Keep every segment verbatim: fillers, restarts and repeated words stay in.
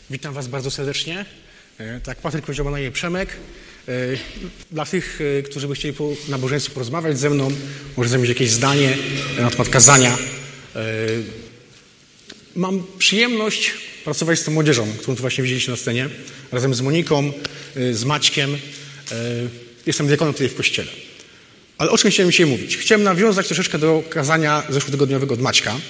Witam Was bardzo serdecznie. Tak, Patryk powiedział, ma na imię Przemek. Dla tych, którzy by chcieli po nabożeństwie porozmawiać ze mną, może zamieć jakieś zdanie na temat kazania. Mam przyjemność pracować z tą młodzieżą, którą tu właśnie widzieliście na scenie, razem z Moniką, z Maćkiem. Jestem diakonem tutaj w kościele. Ale o czym chciałem dzisiaj mówić? Chciałem nawiązać troszeczkę do kazania zeszłotygodniowego od Maćka.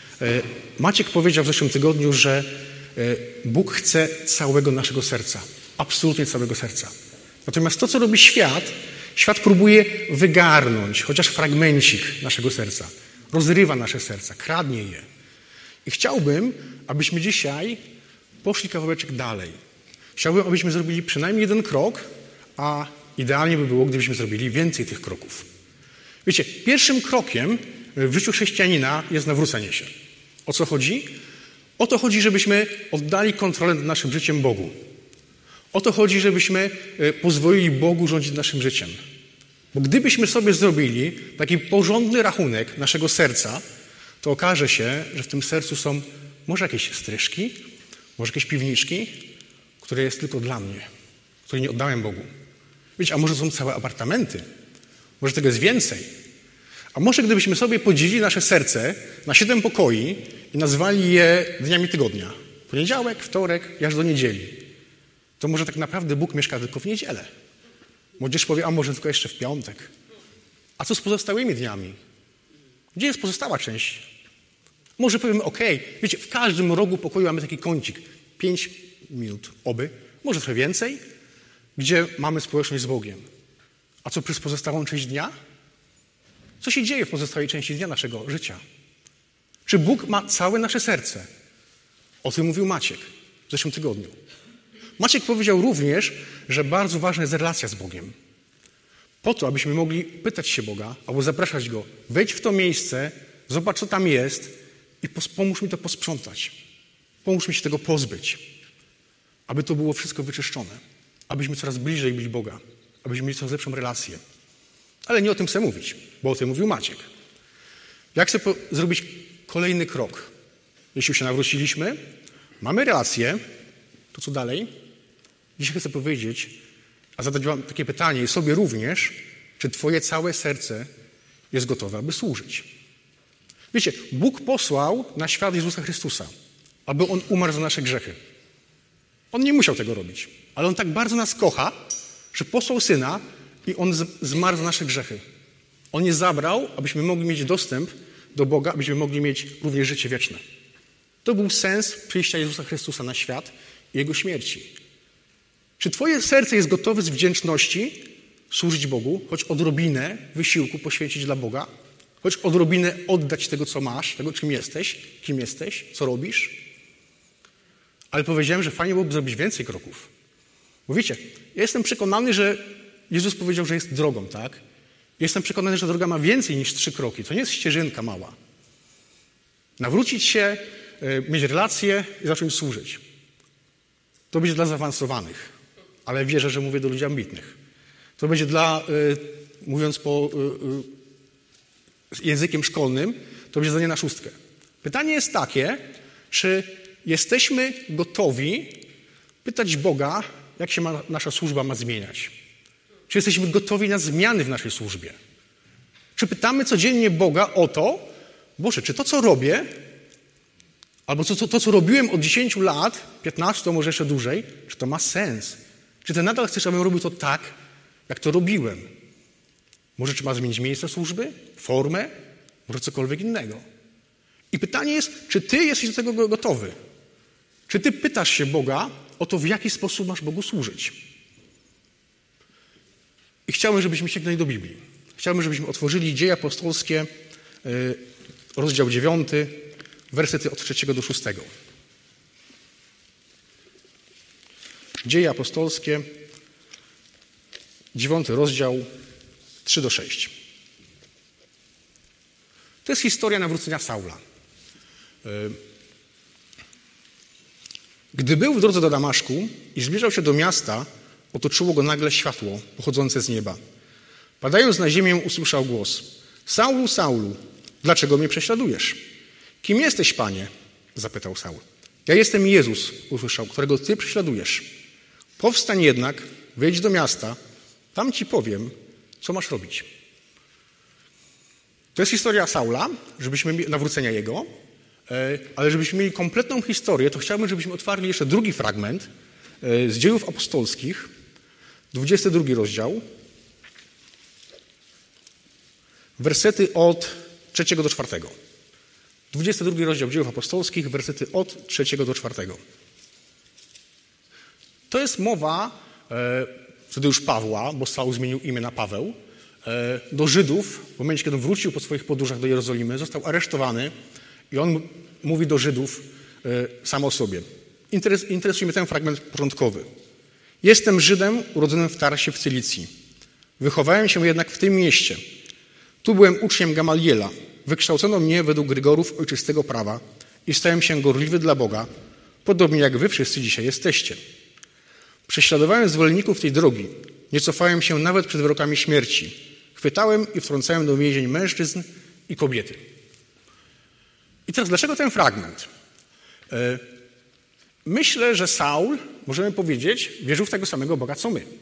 Maciek powiedział w zeszłym tygodniu, że Bóg chce całego naszego serca. Absolutnie całego serca. Natomiast to, co robi świat, świat próbuje wygarnąć chociaż fragmencik naszego serca. Rozrywa nasze serca, kradnie je. I chciałbym, abyśmy dzisiaj poszli kawałeczek dalej. Chciałbym, abyśmy zrobili przynajmniej jeden krok, a idealnie by było, gdybyśmy zrobili więcej tych kroków. Wiecie, pierwszym krokiem w życiu chrześcijanina jest nawrócenie się. O co chodzi? O to chodzi, żebyśmy oddali kontrolę nad naszym życiem Bogu. O to chodzi, żebyśmy pozwolili Bogu rządzić naszym życiem. Bo gdybyśmy sobie zrobili taki porządny rachunek naszego serca, to okaże się, że w tym sercu są może jakieś stryżki, może jakieś piwniczki, które jest tylko dla mnie, które nie oddałem Bogu. Wiecie, a może są całe apartamenty? Może tego jest więcej? A może gdybyśmy sobie podzielili nasze serce na siedem pokoi i nazwali je dniami tygodnia. Poniedziałek, wtorek, aż do niedzieli. To może tak naprawdę Bóg mieszka tylko w niedzielę. Młodzież powie, a może tylko jeszcze w piątek. A co z pozostałymi dniami? Gdzie jest pozostała część? Może powiemy, okej, okay, wiecie, w każdym rogu pokoju mamy taki kącik. Pięć minut, oby, może trochę więcej, gdzie mamy społeczność z Bogiem. A co przez pozostałą część dnia? Co się dzieje w pozostałej części dnia naszego życia? Czy Bóg ma całe nasze serce? O tym mówił Maciek w zeszłym tygodniu. Maciek powiedział również, że bardzo ważna jest relacja z Bogiem. Po to, abyśmy mogli pytać się Boga, albo zapraszać Go, wejdź w to miejsce, zobacz, co tam jest i pomóż mi to posprzątać. Pomóż mi się tego pozbyć. Aby to było wszystko wyczyszczone. Abyśmy coraz bliżej byli Boga. Abyśmy mieli coraz lepszą relację. Ale nie o tym chcę mówić, bo o tym mówił Maciek. Jak chcę po- zrobić kolejny krok? Jeśli się nawróciliśmy, mamy relację, to co dalej? Dzisiaj chcę powiedzieć, a zadać wam takie pytanie i sobie również, czy twoje całe serce jest gotowe, aby służyć. Wiecie, Bóg posłał na świat Jezusa Chrystusa, aby On umarł za nasze grzechy. On nie musiał tego robić, ale On tak bardzo nas kocha, że posłał Syna i On zmarł za nasze grzechy. On je zabrał, abyśmy mogli mieć dostęp do Boga, abyśmy mogli mieć również życie wieczne. To był sens przyjścia Jezusa Chrystusa na świat i Jego śmierci. Czy twoje serce jest gotowe z wdzięczności służyć Bogu, choć odrobinę wysiłku poświęcić dla Boga, choć odrobinę oddać tego, co masz, tego, czym jesteś, kim jesteś, co robisz? Ale powiedziałem, że fajnie byłoby zrobić więcej kroków. Bo wiecie, ja jestem przekonany, że Jezus powiedział, że jest drogą, tak? Jestem przekonany, że droga ma więcej niż trzy kroki. To nie jest ścieżynka mała. Nawrócić się, mieć relacje i zacząć służyć. To będzie dla zaawansowanych, ale wierzę, że mówię do ludzi ambitnych. To będzie dla, mówiąc po językiem szkolnym, to będzie zadanie na szóstkę. Pytanie jest takie, czy jesteśmy gotowi pytać Boga, jak się ma, nasza służba ma zmieniać? Czy jesteśmy gotowi na zmiany w naszej służbie? Czy pytamy codziennie Boga o to, Boże, czy to, co robię, albo to, to, to co robiłem od dziesięciu lat, piętnastu, może jeszcze dłużej, czy to ma sens? Czy Ty nadal chcesz, abym robił to tak, jak to robiłem? Może czy ma zmienić miejsce służby, formę, może cokolwiek innego? I pytanie jest, czy Ty jesteś do tego gotowy? Czy Ty pytasz się Boga o to, w jaki sposób masz Bogu służyć? I chciałbym, żebyśmy sięgnęli do Biblii. Chciałbym, żebyśmy otworzyli Dzieje Apostolskie, rozdział dziewiąty, wersety od trzeciego do szóstego. Dzieje Apostolskie, dziewiąty rozdział, trzy do sześciu. To jest historia nawrócenia Saula. Gdy był w drodze do Damaszku i zbliżał się do miasta, otoczyło go nagle światło pochodzące z nieba. Padając na ziemię, usłyszał głos: Saulu, Saulu, dlaczego mnie prześladujesz? Kim jesteś, Panie? Zapytał Saul. Ja jestem Jezus, usłyszał, którego ty prześladujesz. Powstań jednak, wejdź do miasta, tam ci powiem, co masz robić. To jest historia Saula, żebyśmy mieli nawrócenia jego, ale żebyśmy mieli kompletną historię, to chciałbym, żebyśmy otwarli jeszcze drugi fragment z Dziejów Apostolskich, dwudziesty drugi rozdział, wersety od trzeciego do czwartego. dwudziesty drugi rozdział Dziejów Apostolskich, wersety od trzeciego do czwartego. To jest mowa, e, wtedy już Pawła, bo Saul zmienił imię na Paweł, e, do Żydów. W momencie, kiedy wrócił po swoich podróżach do Jerozolimy, został aresztowany i on mówi do Żydów e, sam o sobie. Interes, interesuje mnie ten fragment początkowy. Jestem Żydem urodzonym w Tarsie w Cylicji. Wychowałem się jednak w tym mieście. Tu byłem uczniem Gamaliela. Wykształcono mnie według rygorów ojczystego prawa i stałem się gorliwy dla Boga, podobnie jak wy wszyscy dzisiaj jesteście. Prześladowałem zwolenników tej drogi. Nie cofałem się nawet przed wyrokami śmierci. Chwytałem i wtrącałem do więzień mężczyzn i kobiety. I teraz dlaczego ten fragment? Myślę, że Saul, możemy powiedzieć, wierzył w tego samego Boga, co my.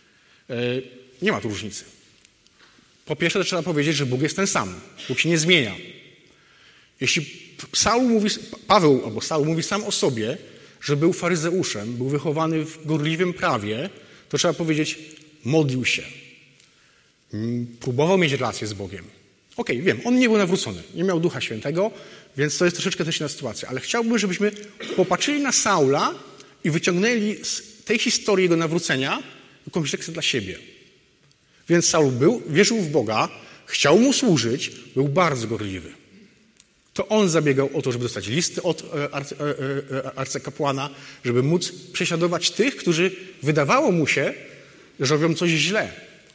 Nie ma tu różnicy. Po pierwsze, to trzeba powiedzieć, że Bóg jest ten sam. Bóg się nie zmienia. Jeśli Saul mówi, Paweł albo Saul mówi sam o sobie, że był faryzeuszem, był wychowany w gorliwym prawie, to trzeba powiedzieć, modlił się. Próbował mieć relację z Bogiem. Okej, okay, wiem, on nie był nawrócony, nie miał Ducha Świętego, więc to jest troszeczkę też inna sytuacja. Ale chciałbym, żebyśmy popatrzyli na Saula i wyciągnęli z tej historii jego nawrócenia jakąś lekcję dla siebie. Więc Saul był, wierzył w Boga, chciał mu służyć, był bardzo gorliwy. To on zabiegał o to, żeby dostać listy od arcy, arcykapłana, żeby móc prześladować tych, którzy wydawało mu się, że robią coś źle.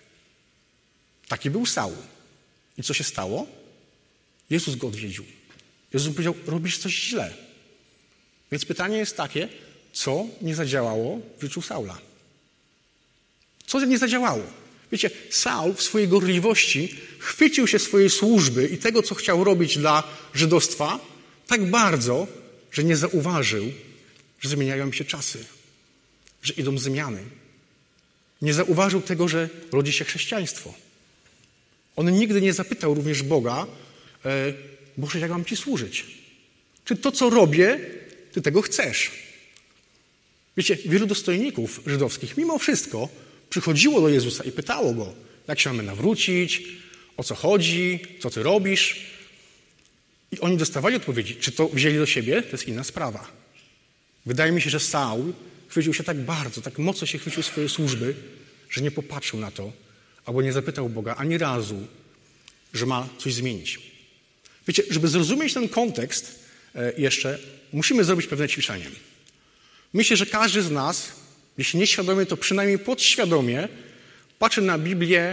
Taki był Saul. I co się stało? Jezus go odwiedził. Jezus mu powiedział, robisz coś źle. Więc pytanie jest takie, co nie zadziałało w życiu Saula? Co nie zadziałało? Wiecie, Saul w swojej gorliwości chwycił się swojej służby i tego, co chciał robić dla żydostwa, tak bardzo, że nie zauważył, że zmieniają się czasy, że idą zmiany. Nie zauważył tego, że rodzi się chrześcijaństwo. On nigdy nie zapytał również Boga, e, Boże, jak mam Ci służyć? Czy to, co robię, Ty tego chcesz? Wiecie, wielu dostojników żydowskich, mimo wszystko, przychodziło do Jezusa i pytało Go, jak się mamy nawrócić, o co chodzi, co Ty robisz. I oni dostawali odpowiedzi. Czy to wzięli do siebie? To jest inna sprawa. Wydaje mi się, że Saul chwycił się tak bardzo, tak mocno się chwycił swojej służby, że nie popatrzył na to, albo nie zapytał Boga ani razu, że ma coś zmienić. Wiecie, żeby zrozumieć ten kontekst jeszcze, musimy zrobić pewne ćwiczenie. Myślę, że każdy z nas, jeśli nieświadomie, to przynajmniej podświadomie patrzy na Biblię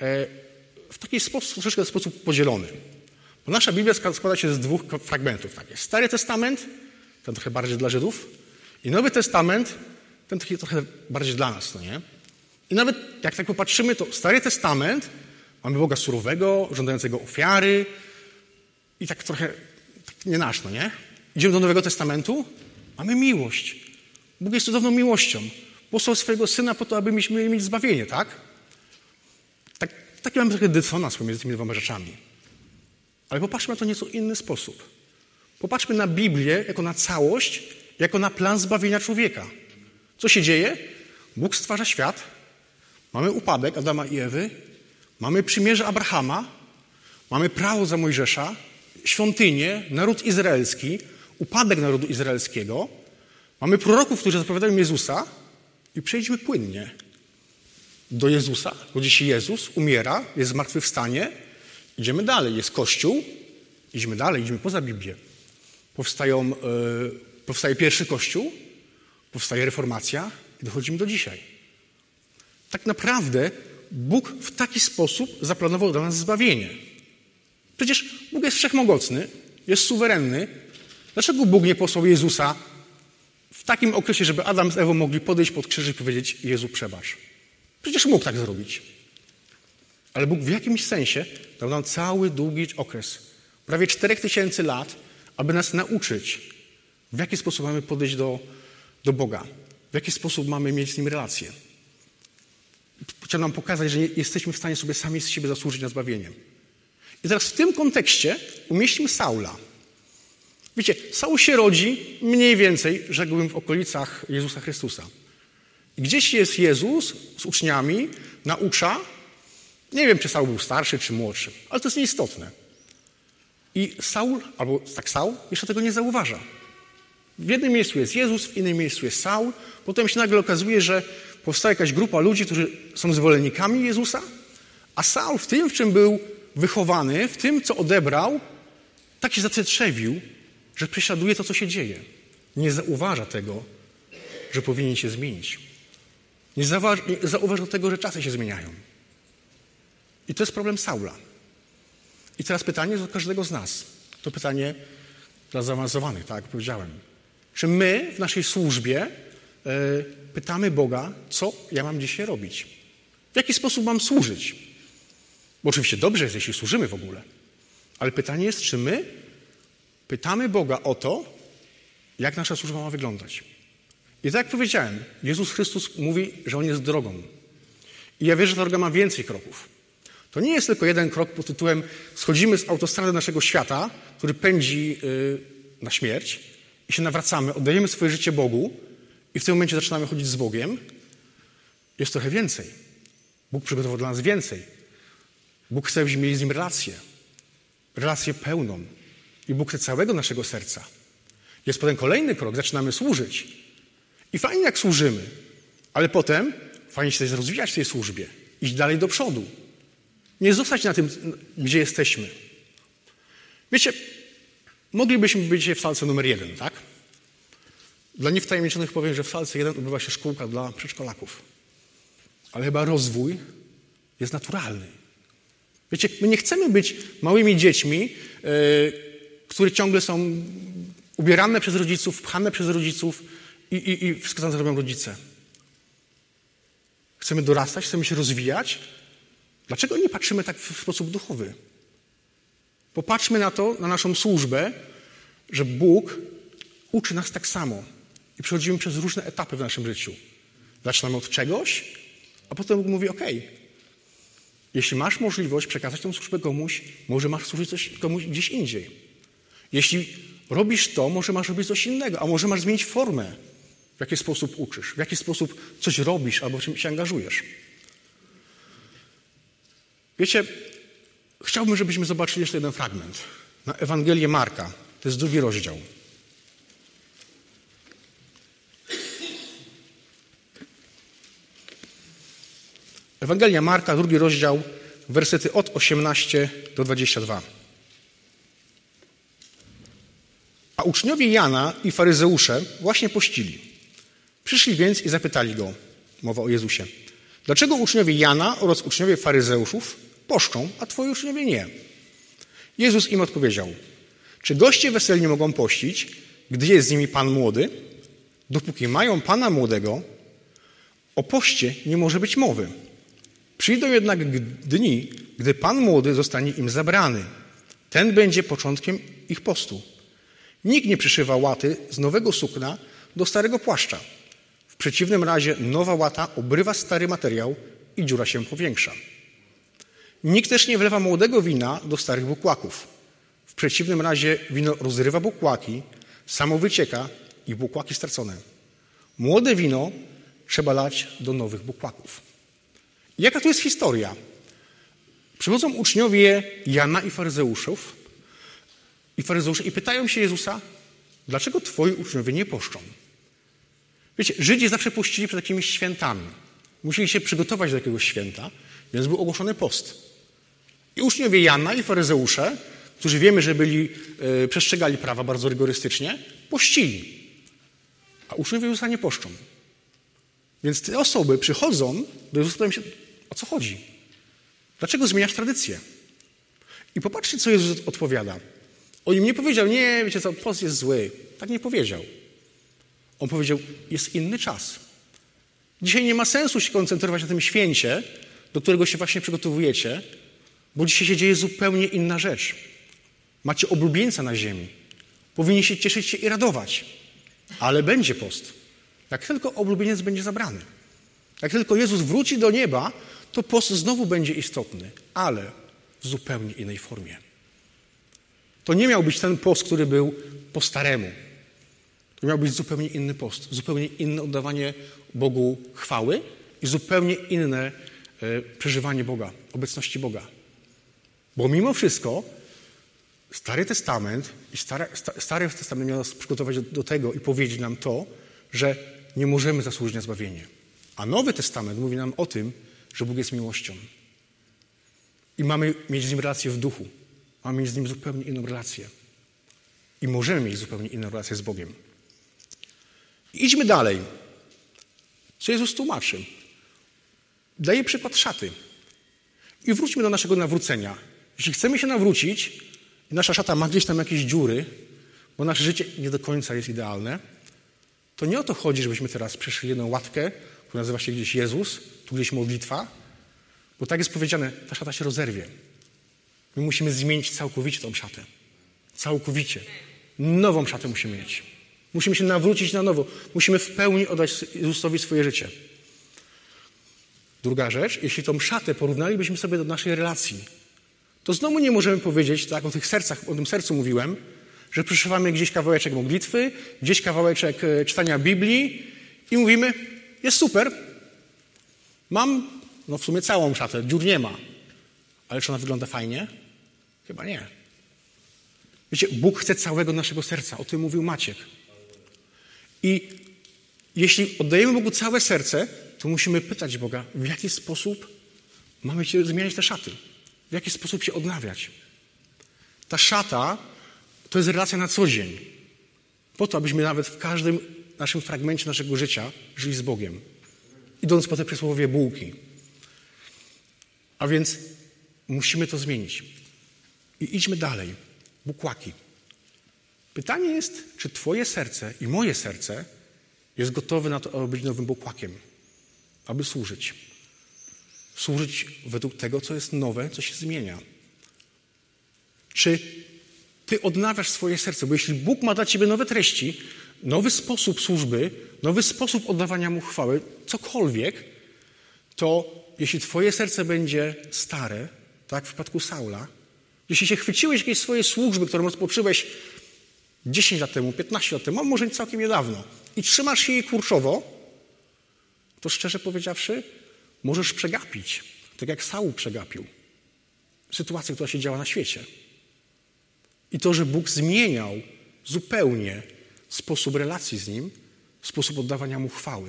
w taki sposób, troszeczkę sposób podzielony. Bo nasza Biblia składa się z dwóch fragmentów. Tak jest. Stary Testament, ten trochę bardziej dla Żydów, i Nowy Testament, ten taki trochę bardziej dla nas, no nie? I nawet jak tak popatrzymy, to Stary Testament, mamy Boga surowego, żądającego ofiary i tak trochę tak nie nasz, no nie? Idziemy do Nowego Testamentu, mamy miłość. Bóg jest cudowną miłością. Posłał swojego Syna po to, aby mieli mieć zbawienie, tak? tak taki mamy trochę dysonans pomiędzy tymi dwoma rzeczami. Ale popatrzmy na to w nieco inny sposób. Popatrzmy na Biblię jako na całość, jako na plan zbawienia człowieka. Co się dzieje? Bóg stwarza świat, mamy upadek Adama i Ewy, mamy przymierze Abrahama, mamy prawo za Mojżesza, świątynię, naród izraelski, upadek narodu izraelskiego, mamy proroków, którzy zapowiadają Jezusa i przejdźmy płynnie do Jezusa. Rodzi się Jezus, umiera, jest zmartwychwstanie, idziemy dalej, jest Kościół, idziemy dalej, idziemy poza Biblię. Powstają, yy, powstaje pierwszy Kościół, powstaje reformacja i dochodzimy do dzisiaj. Tak naprawdę Bóg w taki sposób zaplanował dla nas zbawienie. Przecież Bóg jest wszechmogący, jest suwerenny. Dlaczego Bóg nie posłał Jezusa w takim okresie, żeby Adam z Ewą mogli podejść pod krzyż i powiedzieć: Jezu, przebacz? Przecież mógł tak zrobić. Ale Bóg w jakimś sensie dał nam cały długi okres, prawie czterech tysięcy lat, aby nas nauczyć w jaki sposób mamy podejść do, do Boga, w jaki sposób mamy mieć z Nim relację. Chciał nam pokazać, że nie jesteśmy w stanie sobie sami z siebie zasłużyć na zbawienie. I teraz w tym kontekście umieścimy Saula. Wiecie, Saul się rodzi mniej więcej, rzekłbym, w okolicach Jezusa Chrystusa. I gdzieś jest Jezus z uczniami, naucza. Nie wiem, czy Saul był starszy, czy młodszy, ale to jest nieistotne. I Saul, albo tak Saul, jeszcze tego nie zauważa. W jednym miejscu jest Jezus, w innym miejscu jest Saul. Potem się nagle okazuje, że powstała jakaś grupa ludzi, którzy są zwolennikami Jezusa, a Saul w tym, w czym był wychowany, w tym, co odebrał, tak się zatrzewił, że prześladuje to, co się dzieje. Nie zauważa tego, że powinien się zmienić. Nie zauważa, nie zauważa tego, że czasy się zmieniają. I to jest problem Saula. I teraz pytanie do każdego z nas. To pytanie dla zaawansowanych, tak jak powiedziałem. Czy my w naszej służbie yy, pytamy Boga, co ja mam dzisiaj robić? W jaki sposób mam służyć? Bo oczywiście dobrze jest, jeśli służymy w ogóle. Ale pytanie jest, czy my pytamy Boga o to, jak nasza służba ma wyglądać. I tak jak powiedziałem, Jezus Chrystus mówi, że On jest drogą. I ja wierzę, że ta droga ma więcej kroków. To nie jest tylko jeden krok pod tytułem schodzimy z autostrady naszego świata, który pędzi yy, na śmierć i się nawracamy, oddajemy swoje życie Bogu i w tym momencie zaczynamy chodzić z Bogiem. Jest trochę więcej. Bóg przygotował dla nas więcej. Bóg chce, byśmy mieli z Nim relację. Relację pełną. I Bóg chce całego naszego serca. Jest potem kolejny krok, zaczynamy służyć. I fajnie jak służymy, ale potem fajnie się też rozwijać w tej służbie. Iść dalej do przodu. Nie zostać na tym, gdzie jesteśmy. Wiecie, moglibyśmy być w salce numer jeden, tak? Dla niewtajemniczonych powiem, że w salce jeden odbywa się szkółka dla przedszkolaków. Ale chyba rozwój jest naturalny. Wiecie, my nie chcemy być małymi dziećmi, yy, które ciągle są ubierane przez rodziców, pchane przez rodziców i, i, i wszystko tam zrobią rodzice. Chcemy dorastać, chcemy się rozwijać. Dlaczego nie patrzymy tak w sposób duchowy? Popatrzmy na to, na naszą służbę, że Bóg uczy nas tak samo. I przechodzimy przez różne etapy w naszym życiu. Zaczynamy od czegoś, a potem Bóg mówi, okej, okay, jeśli masz możliwość przekazać tę służbę komuś, może masz służyć coś komuś gdzieś indziej. Jeśli robisz to, może masz robić coś innego, a może masz zmienić formę, w jaki sposób uczysz, w jaki sposób coś robisz albo w czym się angażujesz. Wiecie, chciałbym, żebyśmy zobaczyli jeszcze jeden fragment. Na Ewangelię Marka. To jest drugi rozdział. Ewangelia Marka, drugi rozdział, wersety od osiemnastego do dwudziestego drugiego. A uczniowie Jana i faryzeusze właśnie pościli. Przyszli więc i zapytali go, mowa o Jezusie, dlaczego uczniowie Jana oraz uczniowie faryzeuszów poszczą, a twoi uczniowie nie? Jezus im odpowiedział, czy goście weselni mogą pościć, gdy jest z nimi pan młody? Dopóki mają pana młodego, o poście nie może być mowy. Przyjdą jednak dni, gdy pan młody zostanie im zabrany. Ten będzie początkiem ich postu. Nikt nie przyszywa łaty z nowego sukna do starego płaszcza. W przeciwnym razie nowa łata obrywa stary materiał i dziura się powiększa. Nikt też nie wlewa młodego wina do starych bukłaków. W przeciwnym razie wino rozrywa bukłaki, samo wycieka i bukłaki stracone. Młode wino trzeba lać do nowych bukłaków. Jaka tu jest historia? Przychodzą uczniowie Jana i faryzeuszów i faryzeusze i pytają się Jezusa, dlaczego twoi uczniowie nie poszczą? Wiecie, Żydzi zawsze pościli przed jakimiś świętami. Musieli się przygotować do jakiegoś święta, więc był ogłoszony post. I uczniowie Jana i faryzeusze, którzy wiemy, że byli, e, przestrzegali prawa bardzo rygorystycznie, pościli. A uczniowie Jezusa nie poszczą. Więc te osoby przychodzą do Jezusa i pytają się, o co chodzi? Dlaczego zmieniasz tradycję? I popatrzcie, co Jezus odpowiada. On im nie powiedział, nie, wiecie co, post jest zły. Tak nie powiedział. On powiedział, jest inny czas. Dzisiaj nie ma sensu się koncentrować na tym święcie, do którego się właśnie przygotowujecie, bo dzisiaj się dzieje zupełnie inna rzecz. Macie oblubieńca na ziemi. Powinniście cieszyć się i radować. Ale będzie post. Jak tylko oblubieniec będzie zabrany. Jak tylko Jezus wróci do nieba, to post znowu będzie istotny, ale w zupełnie innej formie. To nie miał być ten post, który był po staremu. To miał być zupełnie inny post, zupełnie inne oddawanie Bogu chwały i zupełnie inne e, przeżywanie Boga, obecności Boga. Bo mimo wszystko Stary Testament i Stary, Stary Testament miał nas przygotować do, do tego i powiedzieć nam to, że nie możemy zasłużyć na zbawienie. A Nowy Testament mówi nam o tym, że Bóg jest miłością. I mamy mieć z Nim relację w duchu. Mamy mieć z Nim zupełnie inną relację. I możemy mieć zupełnie inną relację z Bogiem. I idźmy dalej. Co Jezus tłumaczy? Daje przykład szaty. I wróćmy do naszego nawrócenia. Jeśli chcemy się nawrócić i nasza szata ma gdzieś tam jakieś dziury, bo nasze życie nie do końca jest idealne, to nie o to chodzi, żebyśmy teraz przeszli jedną łatkę, która nazywa się gdzieś Jezus, tu gdzieś modlitwa, bo tak jest powiedziane, ta szata się rozerwie. My musimy zmienić całkowicie tą szatę. Całkowicie. Nową szatę musimy mieć. Musimy się nawrócić na nowo. Musimy w pełni oddać Jezusowi swoje życie. Druga rzecz, jeśli tą szatę porównalibyśmy sobie do naszej relacji, to znowu nie możemy powiedzieć, tak o tych sercach, o tym sercu mówiłem, że przyszywamy gdzieś kawałeczek modlitwy, gdzieś kawałeczek czytania Biblii i mówimy, jest super, mam, no w sumie całą szatę, dziur nie ma, ale czy ona wygląda fajnie? Chyba nie. Wiecie, Bóg chce całego naszego serca, o tym mówił Maciek. I jeśli oddajemy Bogu całe serce, to musimy pytać Boga, w jaki sposób mamy się zmieniać te szaty, w jaki sposób się odnawiać. Ta szata to jest relacja na co dzień. Po to, abyśmy nawet w każdym naszym fragmencie naszego życia żyli z Bogiem. Idąc po te przysłowie bułki. A więc musimy to zmienić. I idźmy dalej. Bukłaki. Pytanie jest, czy twoje serce i moje serce jest gotowe na to, aby być nowym bukłakiem. Aby służyć. Służyć według tego, co jest nowe, co się zmienia. Czy ty odnawiasz swoje serce? Bo jeśli Bóg ma dla ciebie nowe treści, nowy sposób służby, nowy sposób oddawania Mu chwały, cokolwiek, to jeśli twoje serce będzie stare, tak jak w przypadku Saula, jeśli się chwyciłeś jakiejś swojej służby, którą rozpocząłeś dziesięć lat temu, piętnaście lat temu, a może całkiem niedawno i trzymasz się jej kurczowo, to szczerze powiedziawszy, możesz przegapić, tak jak Saul przegapił, sytuację, która się działa na świecie. I to, że Bóg zmieniał zupełnie sposób relacji z Nim, sposób oddawania Mu chwały.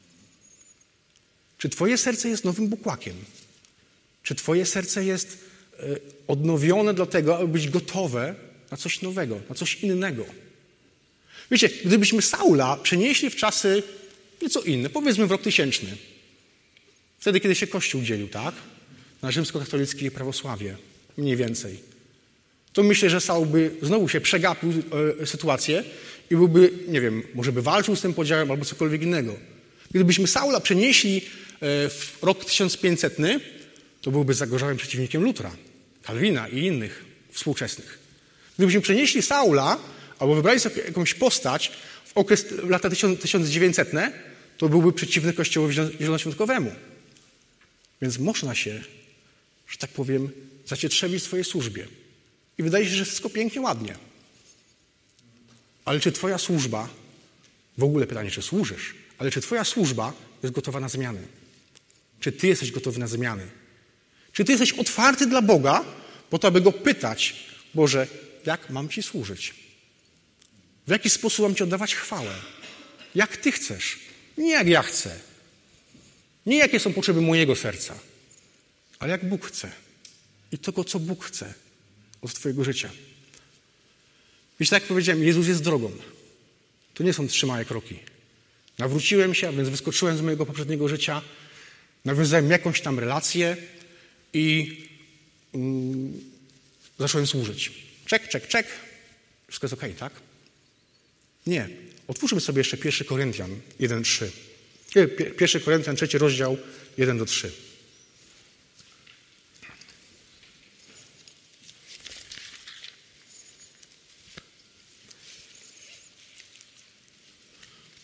Czy twoje serce jest nowym bukłakiem? Czy twoje serce jest y, odnowione do tego, aby być gotowe na coś nowego, na coś innego? Wiecie, gdybyśmy Saula przenieśli w czasy nieco inne, powiedzmy w rok tysięczny, wtedy, kiedy się Kościół dzielił, tak? Na rzymskokatolickie i prawosławie, mniej więcej. To myślę, że Saul by znowu się przegapił e, sytuację i byłby, nie wiem, może by walczył z tym podziałem albo cokolwiek innego. Gdybyśmy Saula przenieśli e, w rok tysiąc pięćsetny, to byłby zagorzałym przeciwnikiem Lutra, Kalwina i innych współczesnych. Gdybyśmy przenieśli Saula albo wybrali sobie jakąś postać w okres w lata tysiąc dziewięćsetne, to byłby przeciwny Kościołowi Zielonoświątkowemu. Więc można się, że tak powiem, zacietrzewić w swojej służbie. I wydaje się, że wszystko pięknie, ładnie. Ale czy twoja służba, w ogóle pytanie, czy służysz, ale czy twoja służba jest gotowa na zmiany? Czy ty jesteś gotowy na zmiany? Czy ty jesteś otwarty dla Boga, po to, aby Go pytać, Boże, jak mam Ci służyć? W jaki sposób mam Ci oddawać chwałę? Jak Ty chcesz? Nie jak ja chcę. Nie jakie są potrzeby mojego serca, ale jak Bóg chce. I tego, co Bóg chce od twojego życia. Wiecie, tak jak powiedziałem, Jezus jest drogą. To nie są trzy małe kroki. Nawróciłem się, a więc wyskoczyłem z mojego poprzedniego życia, nawiązałem jakąś tam relację i mm, zacząłem służyć. Czek, czek, czek. Wszystko jest okej, tak? Nie. Otwórzmy sobie jeszcze pierwszy Koryntian jeden trzy. pierwszy Koryntian, trzeci rozdział, jeden do trzech.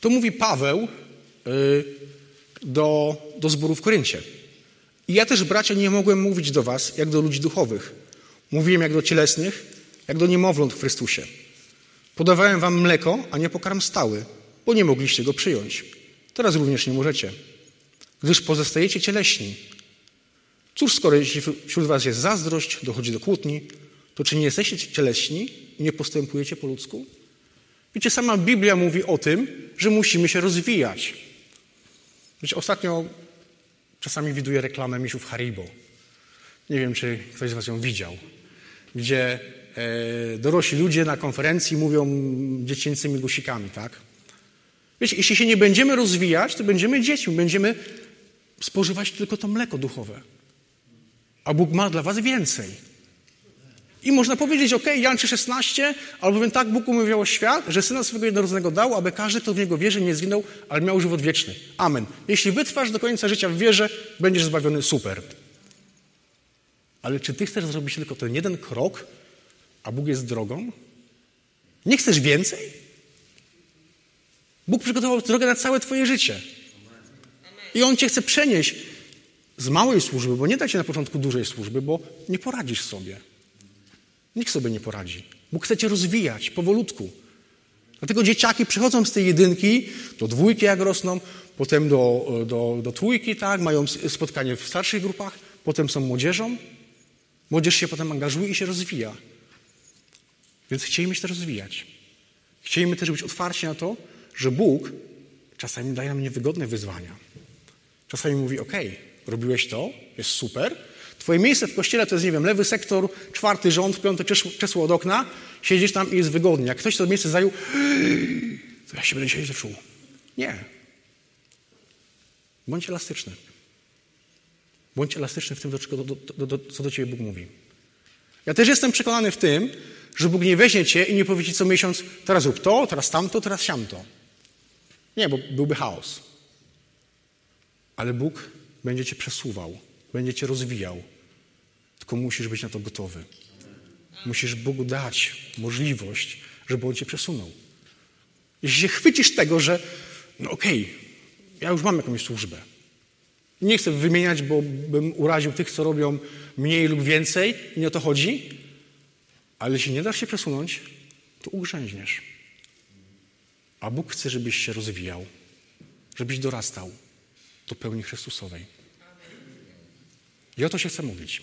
To mówi Paweł do, do zboru w Koryncie. I ja też, bracia, nie mogłem mówić do was jak do ludzi duchowych. Mówiłem jak do cielesnych, jak do niemowląt w Chrystusie. Podawałem wam mleko, a nie pokarm stały, bo nie mogliście go przyjąć. Teraz również nie możecie, gdyż pozostajecie cieleśni. Cóż, skoro jeśli wśród was jest zazdrość, dochodzi do kłótni, to czy nie jesteście cieleśni i nie postępujecie po ludzku? Wiecie, sama Biblia mówi o tym, że musimy się rozwijać. Wiecie, ostatnio czasami widuję reklamę misiów Haribo. Nie wiem, czy ktoś z was ją widział. Gdzie e, dorośli ludzie na konferencji mówią dziecięcymi gusikami, tak? Wiecie, jeśli się nie będziemy rozwijać, to będziemy dziećmi, będziemy spożywać tylko to mleko duchowe. A Bóg ma dla was więcej. I można powiedzieć, ok, Jan trzy szesnaście, albowiem tak Bóg umiłował świat, że Syna swego jednorodzonego dał, aby każdy, kto w Niego wierzy, nie zginął, ale miał żywot wieczny. Amen. Jeśli wytrwasz do końca życia w wierze, będziesz zbawiony, super. Ale czy ty chcesz zrobić tylko ten jeden krok, a Bóg jest drogą? Nie chcesz więcej? Bóg przygotował drogę na całe twoje życie. I On cię chce przenieść z małej służby, bo nie da ci na początku dużej służby, bo nie poradzisz sobie. Nikt sobie nie poradzi. Bóg chce cię rozwijać powolutku. Dlatego dzieciaki przychodzą z tej jedynki do dwójki, jak rosną, potem do, do, do trójki, tak, mają spotkanie w starszych grupach, potem są młodzieżą. Młodzież się potem angażuje i się rozwija. Więc chcielibyśmy się też rozwijać. Chcielibyśmy też być otwarci na to, że Bóg czasami daje nam niewygodne wyzwania. Czasami mówi, okej, robiłeś to, jest super. Twoje miejsce w kościele to jest, nie wiem, lewy sektor, czwarty rząd, piąte krzesło od okna. Siedzisz tam i jest wygodnie. Jak ktoś to miejsce zajął, to ja się będę dzisiaj czuł. Nie. Bądź elastyczny. Bądź elastyczny w tym, do czego, do, do, do, co do ciebie Bóg mówi. Ja też jestem przekonany w tym, że Bóg nie weźmie cię i nie powie ci co miesiąc, teraz rób to, teraz tamto, teraz siamto. Nie, bo byłby chaos. Ale Bóg będzie cię przesuwał, będzie cię rozwijał. Tylko musisz być na to gotowy. Musisz Bogu dać możliwość, żeby On cię przesunął. Jeśli się chwycisz tego, że no okej, okay, ja już mam jakąś służbę. Nie chcę wymieniać, bo bym uraził tych, co robią mniej lub więcej i nie o to chodzi, ale jeśli nie dasz się przesunąć, to ugrzęźniesz. A Bóg chce, żebyś się rozwijał, żebyś dorastał do pełni Chrystusowej. I o to się chcę mówić.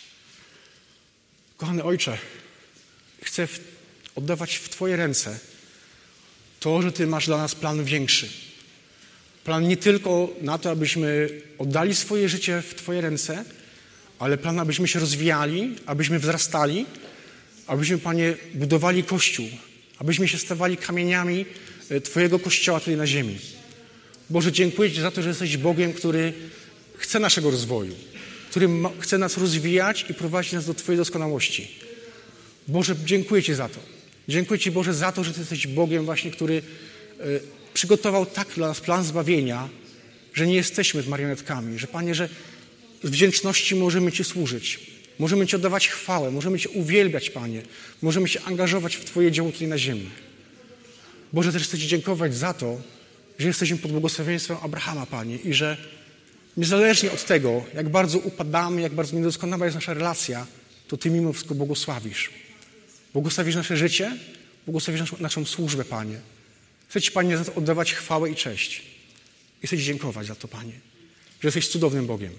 Kochany Ojcze, chcę w, oddawać w Twoje ręce to, że Ty masz dla nas plan większy. Plan nie tylko na to, abyśmy oddali swoje życie w Twoje ręce, ale plan, abyśmy się rozwijali, abyśmy wzrastali, abyśmy, Panie, budowali Kościół, abyśmy się stawali kamieniami Twojego Kościoła tutaj na ziemi. Boże, dziękuję Ci za to, że jesteś Bogiem, który chce naszego rozwoju, który ma, chce nas rozwijać i prowadzić nas do Twojej doskonałości. Boże, dziękuję Ci za to. Dziękuję Ci, Boże, za to, że Ty jesteś Bogiem właśnie, który y, przygotował tak dla nas plan zbawienia, że nie jesteśmy marionetkami, że Panie, że z wdzięczności możemy Ci służyć. Możemy Ci oddawać chwałę, możemy Cię uwielbiać, Panie. Możemy się angażować w Twoje dzieło tutaj na ziemi. Boże, też chcę Ci dziękować za to, że jesteśmy pod błogosławieństwem Abrahama, Panie, i że niezależnie od tego, jak bardzo upadamy, jak bardzo niedoskonała jest nasza relacja, to Ty mimo wszystko błogosławisz. Błogosławisz nasze życie, błogosławisz naszą, naszą służbę, Panie. Chcę Ci, Panie, za to oddawać chwałę i cześć. I chcę Ci dziękować za to, Panie, że jesteś cudownym Bogiem.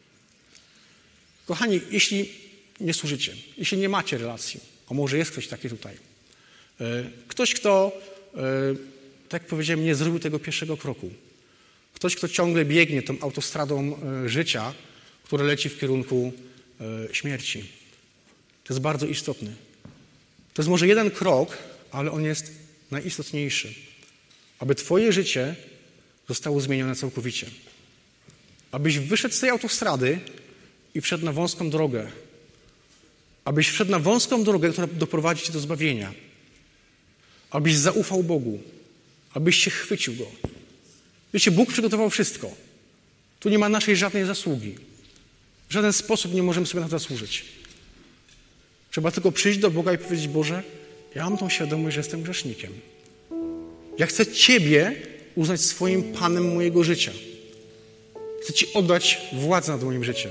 Kochani, jeśli nie służycie, jeśli nie macie relacji, a może jest ktoś taki tutaj, ktoś, kto, tak jak powiedziałem, nie zrobił tego pierwszego kroku, ktoś, kto ciągle biegnie tą autostradą życia, która leci w kierunku śmierci. To jest bardzo istotne. To jest może jeden krok, ale on jest najistotniejszy. Aby Twoje życie zostało zmienione całkowicie. Abyś wyszedł z tej autostrady i wszedł na wąską drogę. Abyś wszedł na wąską drogę, która doprowadzi Cię do zbawienia. Abyś zaufał Bogu. Abyś się chwycił Go. Wiecie, Bóg przygotował wszystko. Tu nie ma naszej żadnej zasługi. W żaden sposób nie możemy sobie na to zasłużyć. Trzeba tylko przyjść do Boga i powiedzieć: Boże, ja mam tą świadomość, że jestem grzesznikiem. Ja chcę Ciebie uznać swoim Panem mojego życia. Chcę Ci oddać władzę nad moim życiem.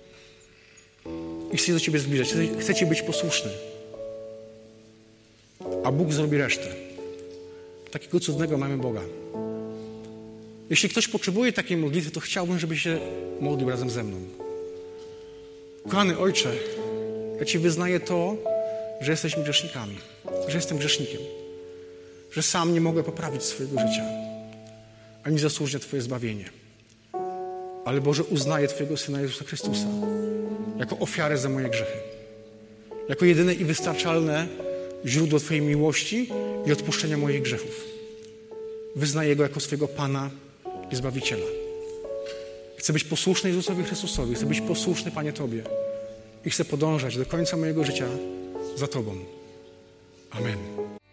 I chcę się do Ciebie zbliżać. Chcę Ci być posłuszny. A Bóg zrobi resztę. Takiego cudnego mamy Boga. Jeśli ktoś potrzebuje takiej modlitwy, to chciałbym, żeby się modlił razem ze mną. Kochany Ojcze, ja Ci wyznaję to, że jesteśmy grzesznikami, że jestem grzesznikiem, że sam nie mogę poprawić swojego życia, ani zasłużyć na Twoje zbawienie. Ale Boże, uznaję Twojego Syna Jezusa Chrystusa jako ofiarę za moje grzechy, jako jedyne i wystarczalne źródło Twojej miłości i odpuszczenia moich grzechów. Wyznaję Go jako swojego Pana i Zbawiciela. Chcę być posłuszny Jezusowi Chrystusowi, chcę być posłuszny, Panie, Tobie i chcę podążać do końca mojego życia za Tobą. Amen.